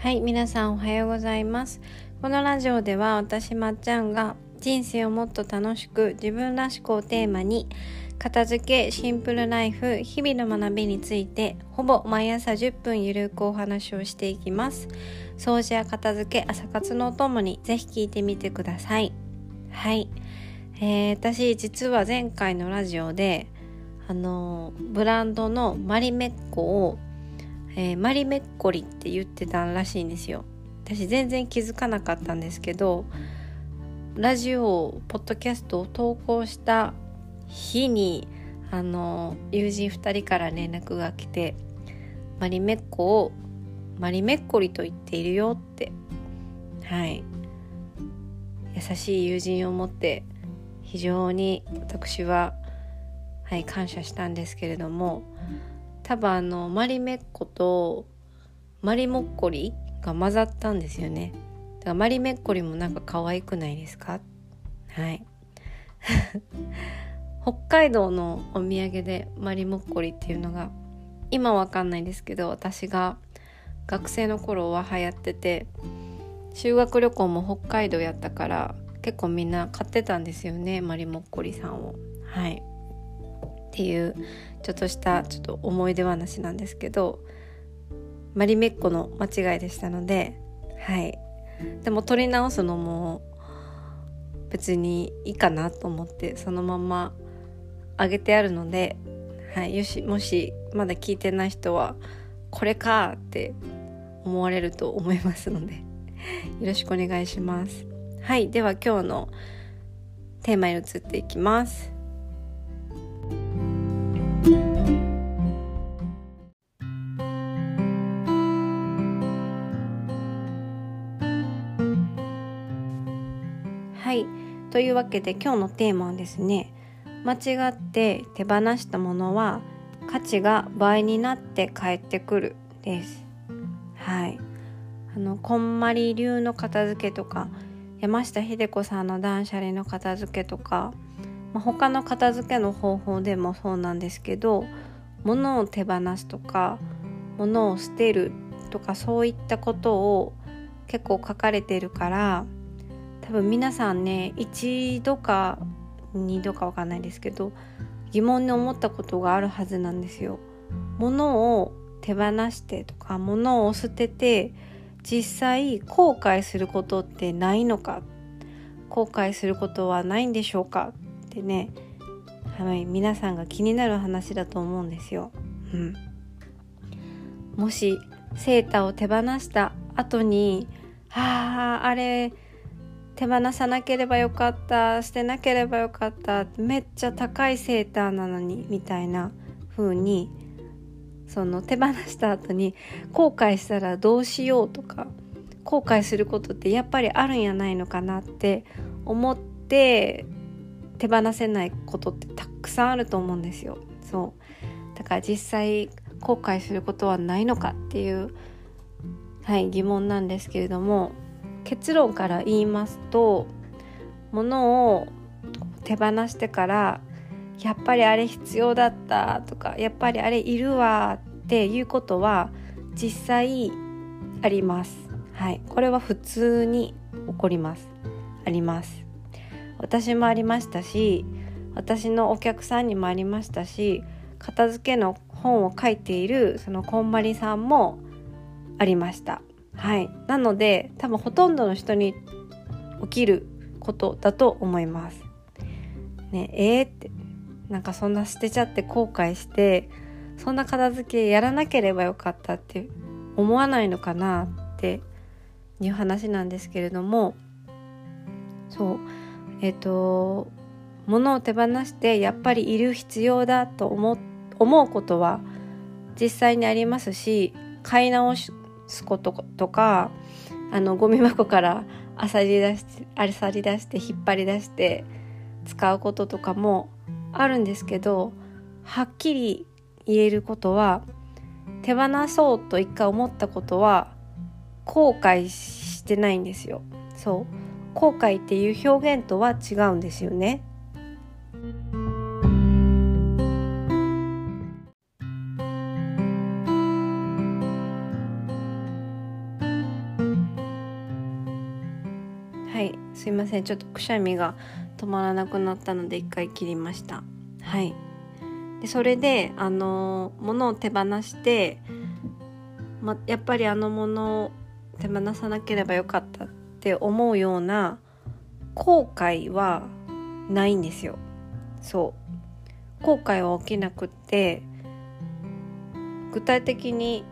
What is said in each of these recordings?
はい、皆さんおはようございます。このラジオでは私まっちゃんが人生をもっと楽しく自分らしくをテーマに片付け、シンプルライフ、日々の学びについてほぼ毎朝10分ゆるくお話をしていきます。掃除や片付け、朝活のお供にぜひ聞いてみてください。はい、私実は前回のラジオでブランドのマリメッコをマリメッコリって言ってたらしいんですよ。私全然気づかなかったんですけど、ラジオポッドキャストを投稿した日に友人2人から連絡が来て、マリメッコをマリメッコリと言っているよって、優しい友人を持って非常に私は感謝したんですけれども、多分マリメッコとマリモッコリが混ざったんですよね。だからマリメッコリもなんか可愛くないですか？北海道のお土産でマリモッコリっていうのが今わかんないんですけど、私が学生の頃は流行ってて、修学旅行も北海道やったから結構みんな買ってたんですよね、マリモッコリさんを。っていうちょっと思い出話なんですけど、マリメッコの間違いでしたので、でも取り直すのも別にいいかなと思ってそのままあげてあるので、もしまだ聞いてない人はこれかって思われると思いますのでよろしくお願いします。では今日のテーマに移っていきます。というわけで今日のテーマはですね、間違って手放したものは価値が倍になって帰ってくるです。こんまり流の片付けとか、山下秀子さんの断捨離の片付けとか、他の片付けの方法でもそうなんですけど、物を手放すとか物を捨てるとか、そういったことを結構書かれているから、多分皆さんね、一度か二度かわかんないですけど疑問に思ったことがあるはずなんですよ。物を手放してとか物を捨てて実際後悔することってないのか、後悔することはないんでしょうかってね、皆さんが気になる話だと思うんですよ。もしセーターを手放した後にあれ手放さなければよかった、捨てなければよかった、めっちゃ高いセーターなのにみたいな風に、その手放した後に後悔したらどうしようとか、後悔することってやっぱりあるんやないのかなって思って手放せないことってたくさんあると思うんですよ。だから実際後悔することはないのかっていう、疑問なんですけれども、結論から言いますと、物を手放してからやっぱりあれ必要だったとか、やっぱりあれいるわっていうことは実際あります。これは普通に起こります。あります。私もありましたし、私のお客さんにもありましたし、片付けの本を書いているそのこんまりさんもありました。なので多分ほとんどの人に起きることだと思いますってなんかそんな捨てちゃって後悔して、そんな片付けやらなければよかったって思わないのかなっていう話なんですけれども、物を手放してやっぱりいる必要だと思うことは実際にありますし、買い直すこととか、ゴミ箱からあさり出して引っ張り出して使うこととかもあるんですけど、はっきり言えることは、手放そうと一回思ったことは後悔してないんですよ。後悔っていう表現とは違うんですよね。 すいません、ちょっとくしゃみが止まらなくなったので一回切りました。はい。でそれで物を手放して、やっぱり物を手放さなければよかったって思うような後悔はないんですよ。そう後悔は起きなくって、具体的に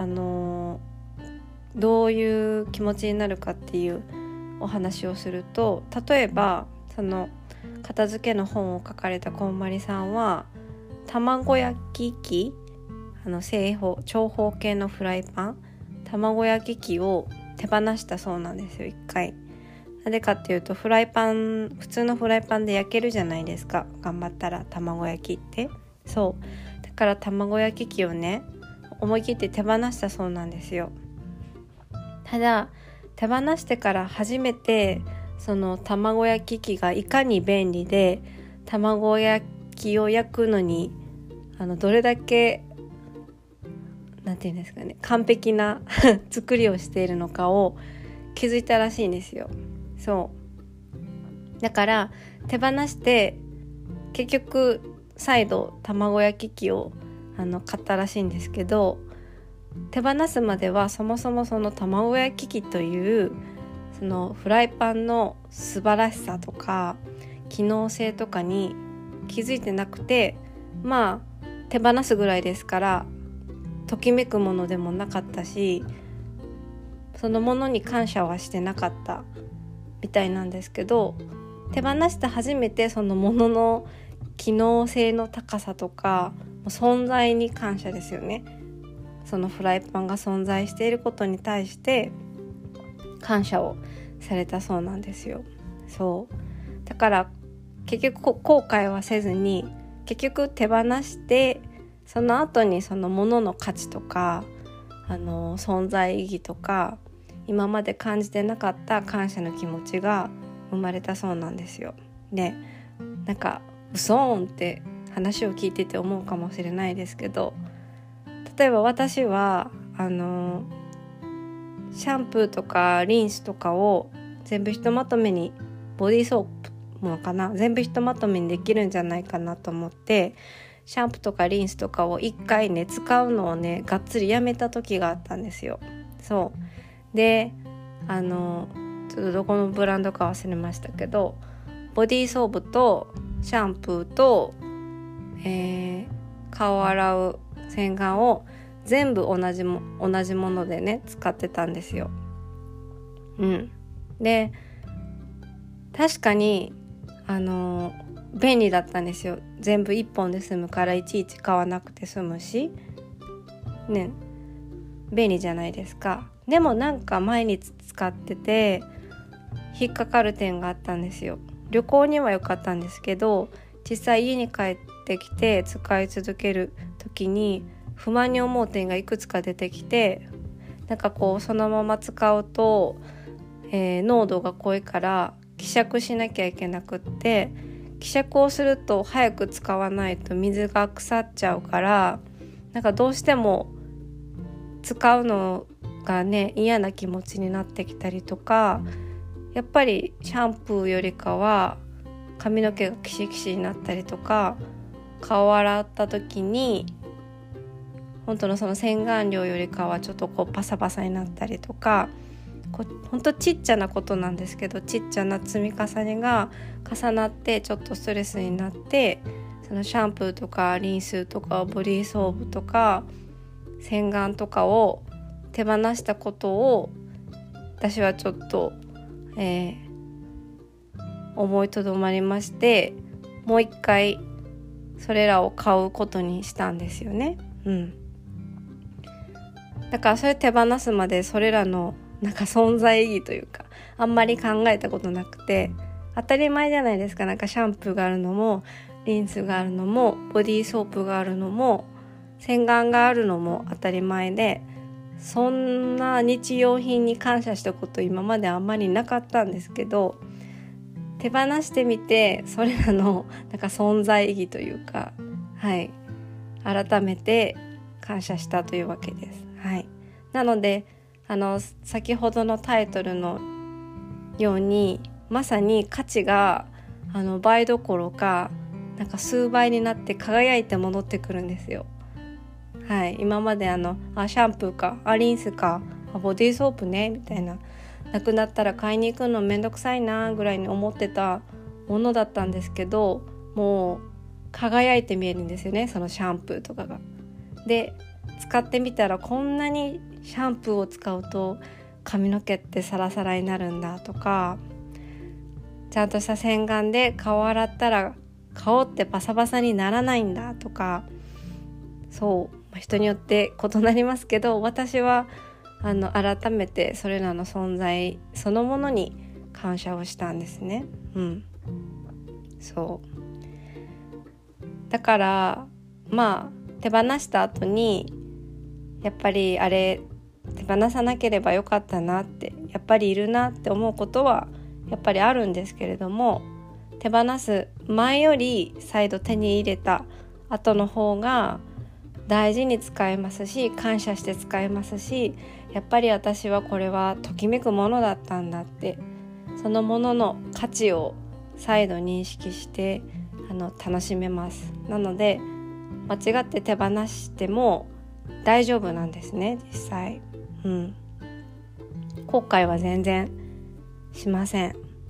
どういう気持ちになるかっていうお話をすると、例えばその片付けの本を書かれたこんまりさんは卵焼き器、長方形のフライパン、卵焼き器を手放したそうなんですよ、一回。なぜかっていうと、普通のフライパンで焼けるじゃないですか、頑張ったら卵焼きって。そうだから卵焼き器をね、思い切って手放したそうなんですよ。ただ手放してから初めてその卵焼き器がいかに便利で、卵焼きを焼くのにどれだけなんていうんですかね、完璧な作りをしているのかを気づいたらしいんですよ。そうだから手放して結局再度卵焼き器を買ったらしいんですけど、手放すまではそもそもその卵焼き器というそのフライパンの素晴らしさとか機能性とかに気づいてなくて、手放すぐらいですからときめくものでもなかったし、そのものに感謝はしてなかったみたいなんですけど、手放して初めてそのものの機能性の高さとか存在に感謝ですよね。そのフライパンが存在していることに対して感謝をされたそうなんですよ。そうだから結局後悔はせずに、結局手放してその後にそのものの価値とか存在意義とか今まで感じてなかった感謝の気持ちが生まれたそうなんですよ。で、なんか嘘ーんって話を聞いてて思うかもしれないですけど、例えば私はシャンプーとかリンスとかを全部ひとまとめに、ボディーソープもかな、全部ひとまとめにできるんじゃないかなと思って、シャンプーとかリンスとかを一回ね使うのをねがっつりやめた時があったんですよ。そうでちょっとどこのブランドか忘れましたけど、ボディーソープとシャンプーと、顔を洗う洗顔を全部同じものでね使ってたんですよ。で確かに便利だったんですよ。全部一本で済むからいちいち買わなくて済むしね、便利じゃないですか。でもなんか毎日使ってて引っかかる点があったんですよ。旅行には良かったんですけど、実際家に帰ってきて使い続ける時に不満に思う点がいくつか出てきて、なんかこうそのまま使うと、濃度が濃いから希釈しなきゃいけなくって、希釈をすると早く使わないと水が腐っちゃうから、なんかどうしても使うのがね嫌な気持ちになってきたりとか、やっぱりシャンプーよりかは髪の毛がキシキシになったりとか、顔を洗った時に本当のその洗顔料よりかはちょっとこうパサパサになったりとか、本当ちっちゃなことなんですけど、ちっちゃな積み重ねが重なってちょっとストレスになって、そのシャンプーとかリンスとかボディーソープとか洗顔とかを手放したことを私はちょっと、思いとどまりまして、もう一回それらを買うことにしたんですよね。だからそれ手放すまでそれらのなんか存在意義というかあんまり考えたことなくて、当たり前じゃないですか。なんかシャンプーがあるのもリンスがあるのもボディーソープがあるのも洗顔があるのも当たり前で、そんな日用品に感謝したこと今まであんまりなかったんですけど、手放してみてそれらのなんか存在意義というか、改めて感謝したというわけです。なので先ほどのタイトルのようにまさに価値が倍どころかなんか数倍になって輝いて戻ってくるんですよ。はい、今までシャンプーかリンスかボディーソープねみたいな、なくなったら買いに行くのめんどくさいなぐらいに思ってたものだったんですけど、もう輝いて見えるんですよね、そのシャンプーとかが。で使ってみたらこんなにシャンプーを使うと髪の毛ってサラサラになるんだとか、ちゃんとした洗顔で顔洗ったら顔ってパサパサにならないんだとか、そう人によって異なりますけど、私は改めてそれらの存在そのものに感謝をしたんですね。だから手放した後にやっぱりあれ手放さなければよかったなって、やっぱりいるなって思うことはやっぱりあるんですけれども、手放す前より再度手に入れた後の方が大事に使えますし、感謝して使えますし、やっぱり私はこれはときめくものだったんだって、そのものの価値を再度認識して楽しめます。なので間違って手放しても大丈夫なんですね、実際。後悔は全然しません。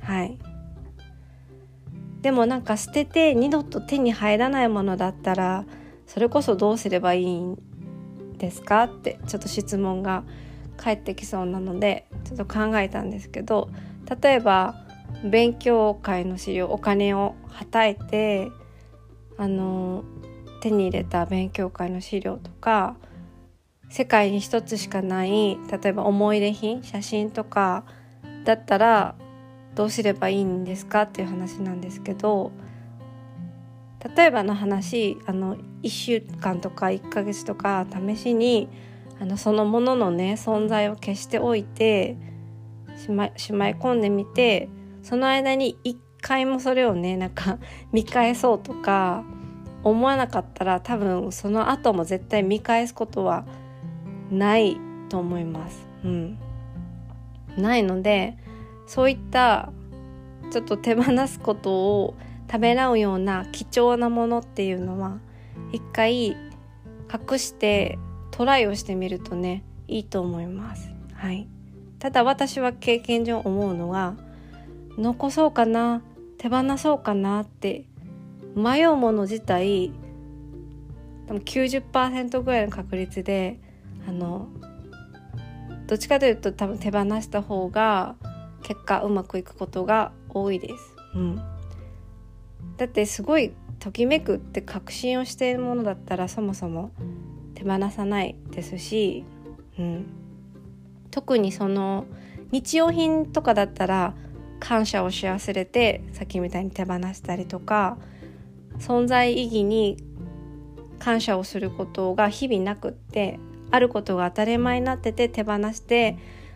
でもなんか捨てて二度と手に入らないものだったら、それこそどうすればいいんですかってちょっと質問が返ってきそうなのでちょっと考えたんですけど、例えば勉強会の資料、お金をはたいて手に入れた勉強会の資料とか、世界に一つしかない例えば思い出品、写真とかだったらどうすればいいんですかっていう話なんですけど、例えばの話1週間とか1ヶ月とか試しにそのもののね存在を消しておいてしまい込んでみて、その間に一回もそれをねなんか見返そうとか思わなかったら、多分その後も絶対見返すことはないと思います。ないので、そういったちょっと手放すことをためらうような貴重なものっていうのは一回隠してトライをしてみるとねいいと思います。ただ私は経験上思うのは、残そうかな手放そうかなって迷うもの自体多分 90% ぐらいの確率でどっちかというと多分手放した方が結果うまくいくことが多いです。だってすごいときめくって確信をしているものだったらそもそも手放さないですし、特にその日用品とかだったら感謝をし忘れてさっきみたいに手放したりとか、存在意義に感謝をすることが日々なくって、あることが当たり前になってて手放して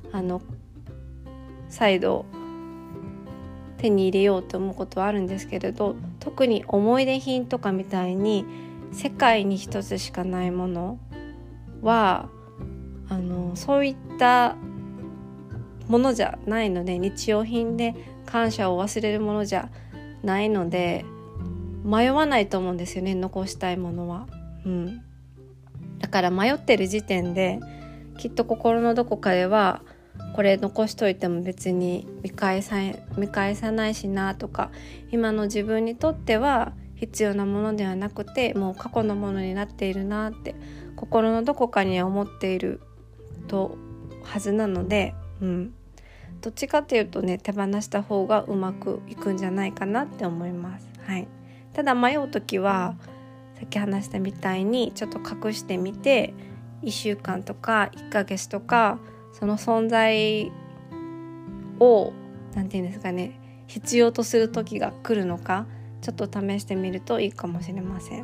再度手に入れようと思うことはあるんですけれど、特に思い出品とかみたいに世界に一つしかないものはそういったものじゃないので、日用品で感謝を忘れるものじゃないので迷わないと思うんですよね、残したいものは。だから迷ってる時点できっと心のどこかではこれ残しといても別に見返さないしなとか、今の自分にとっては必要なものではなくてもう過去のものになっているなって心のどこかには思っているはずなので、どっちかというとね手放した方がうまくいくんじゃないかなって思います。ただ迷うときはさっき話したみたいにちょっと隠してみて1週間とか1ヶ月とかその存在をなんていうんですかね、必要とする時が来るのかちょっと試してみるといいかもしれません。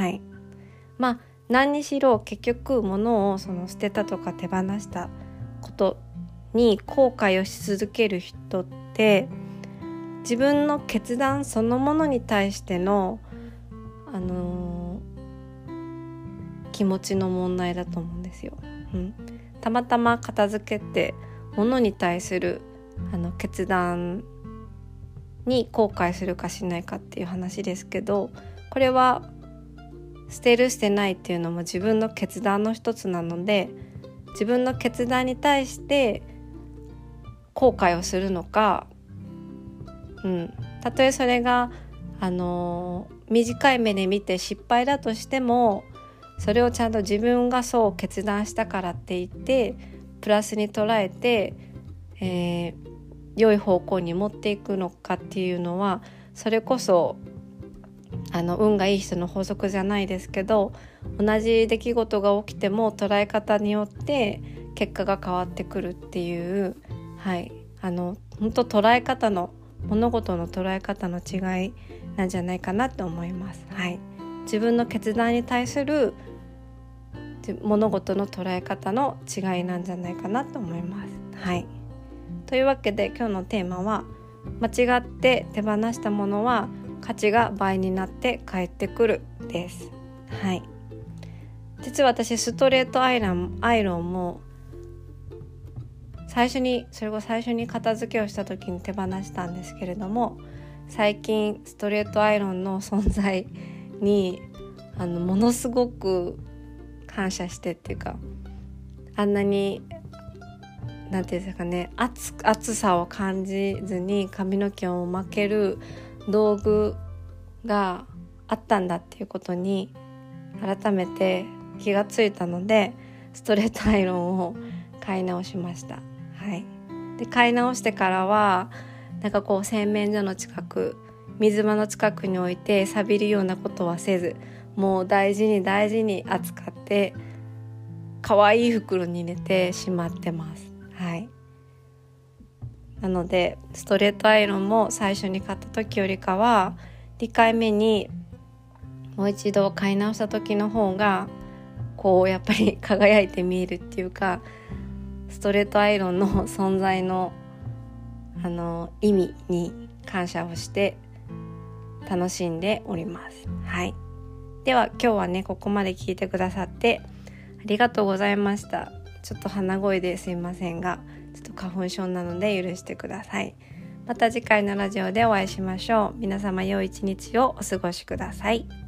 何にしろ結局物をその捨てたとか手放したことに後悔をし続ける人って自分の決断そのものに対しての気持ちの問題だと思うんですよ。たまたま片付けて物に対する決断に後悔するかしないかっていう話ですけど、これは捨てる捨てないっていうのも自分の決断の一つなので、自分の決断に対して後悔をするのか、たとえそれが短い目で見て失敗だとしても、それをちゃんと自分がそう決断したからって言ってプラスに捉えて、良い方向に持っていくのかっていうのは、それこそ運がいい人の法則じゃないですけど、同じ出来事が起きても捉え方によって結果が変わってくるっていう、本当捉え方の物事の捉え方の違いなんじゃないかなと思います。自分の決断に対する物事の捉え方の違いなんじゃないかなと思います。というわけで今日のテーマは、間違って手放したものは価値が倍になって帰ってくるです。実は私ストレートアイロンも最初に片付けをした時に手放したんですけれども、最近ストレートアイロンの存在にものすごく感謝してっていうか、あんなになんていうんですかね、熱さを感じずに髪の毛を巻ける道具があったんだっていうことに改めて気がついたので、ストレートアイロンを買い直しました。で買い直してからは洗面所の近く、水場の近くに置いて錆びるようなことはせず、もう大事に扱って可愛い袋に入れてしまってます。なのでストレートアイロンも最初に買った時よりかは2回目にもう一度買い直した時の方がやっぱり輝いて見えるっていうか、ストレートアイロンの存在の意味に感謝をして楽しんでおります。では今日はね、ここまで聞いてくださってありがとうございました。ちょっと鼻声ですいませんが、ちょっと花粉症なので許してください。また次回のラジオでお会いしましょう。皆様良い一日をお過ごしください。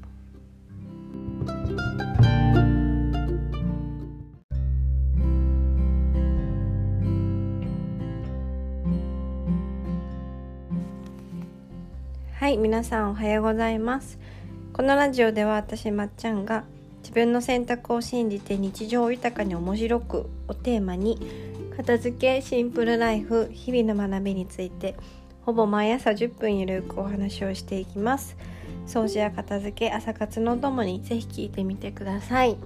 皆さんおはようございます。このラジオでは私まっちゃんが自分の選択を信じて日常を豊かに面白くをテーマに、片付け、シンプルライフ、日々の学びについてほぼ毎朝10分ゆるくお話をしていきます。掃除や片付け、朝活のともにぜひ聞いてみてください。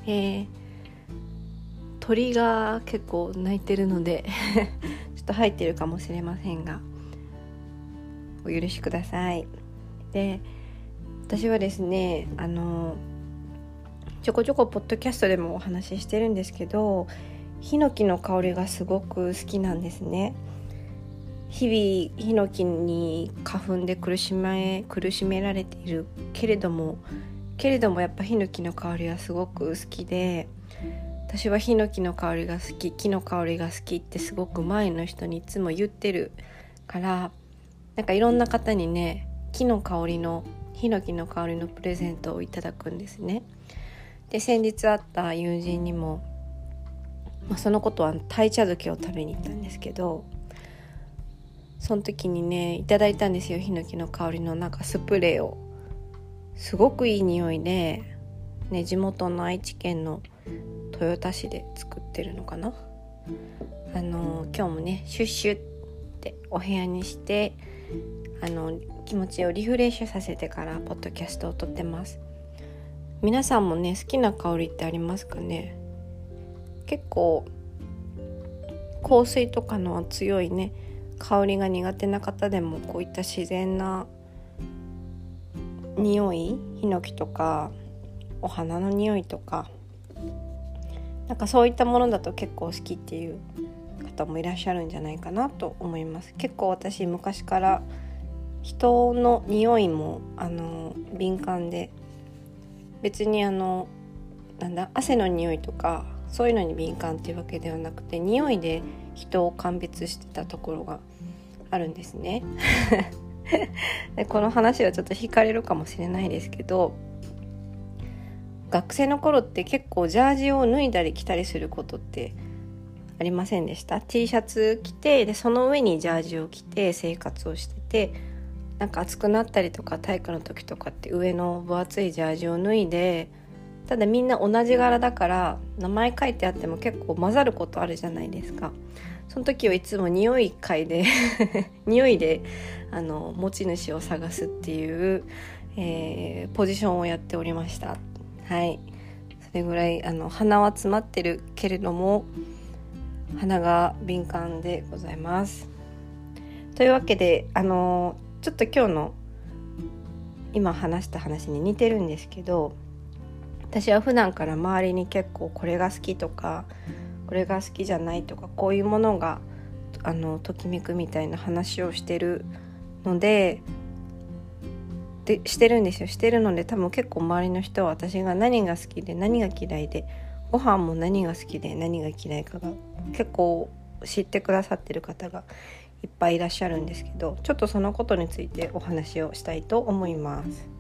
鳥が結構鳴いてるのでちょっと入ってるかもしれませんがお許しください。で、私はですね、ちょこちょこポッドキャストでもお話ししてるんですけど、ヒノキの香りがすごく好きなんですね。日々ヒノキに花粉で苦しめられているけれどもやっぱヒノキの香りはすごく好きで、私はヒノキの香りが好き、木の香りが好きってすごく前の人にいつも言ってるから、いろんな方にね、ヒノキの香りのプレゼントをいただくんですね。で、先日会った友人にも、そのことは鯛茶漬けを食べに行ったんですけど、その時にねいただいたんですよ、ヒノキの香りのスプレーを。すごくいい匂いで、地元の愛知県の豊田市で作ってるのかな。今日もねシュッシュってお部屋にして気持ちをリフレッシュさせてからポッドキャストを撮ってます。皆さんもね、好きな香りってありますかね。結構香水とかの強いね香りが苦手な方でも、こういった自然な匂い、ヒノキとかお花の匂いとか、そういったものだと結構好きっていう方もいらっしゃるんじゃないかなと思います。結構私昔から人の匂いも敏感で、別に汗の匂いとかそういうのに敏感っていうわけではなくて、匂いで人を鑑別してたところがあるんですねでこの話はちょっと惹かれるかもしれないですけど、学生の頃って結構ジャージを脱いだり着たりすることってありませんでした？ T シャツ着て、でその上にジャージを着て生活をしてて、なんか暑くなったりとか体育の時とかって上の分厚いジャージを脱いで、ただみんな同じ柄だから名前書いてあっても結構混ざることあるじゃないですか。その時はいつも匂い嗅いで匂いで持ち主を探すっていう、ポジションをやっておりました。はい、それぐらい鼻は詰まってるけれども鼻が敏感でございます。というわけでちょっと今日の今話した話に似てるんですけど、私は普段から周りに結構これが好きとかこれが好きじゃないとか、こういうものがときめくみたいな話をしてるので、してるんですよ。してるので多分結構周りの人は私が何が好きで何が嫌いで、ご飯も何が好きで何が嫌いかが結構知ってくださってる方がいっぱいいらっしゃるんですけど、ちょっとそのことについてお話をしたいと思います。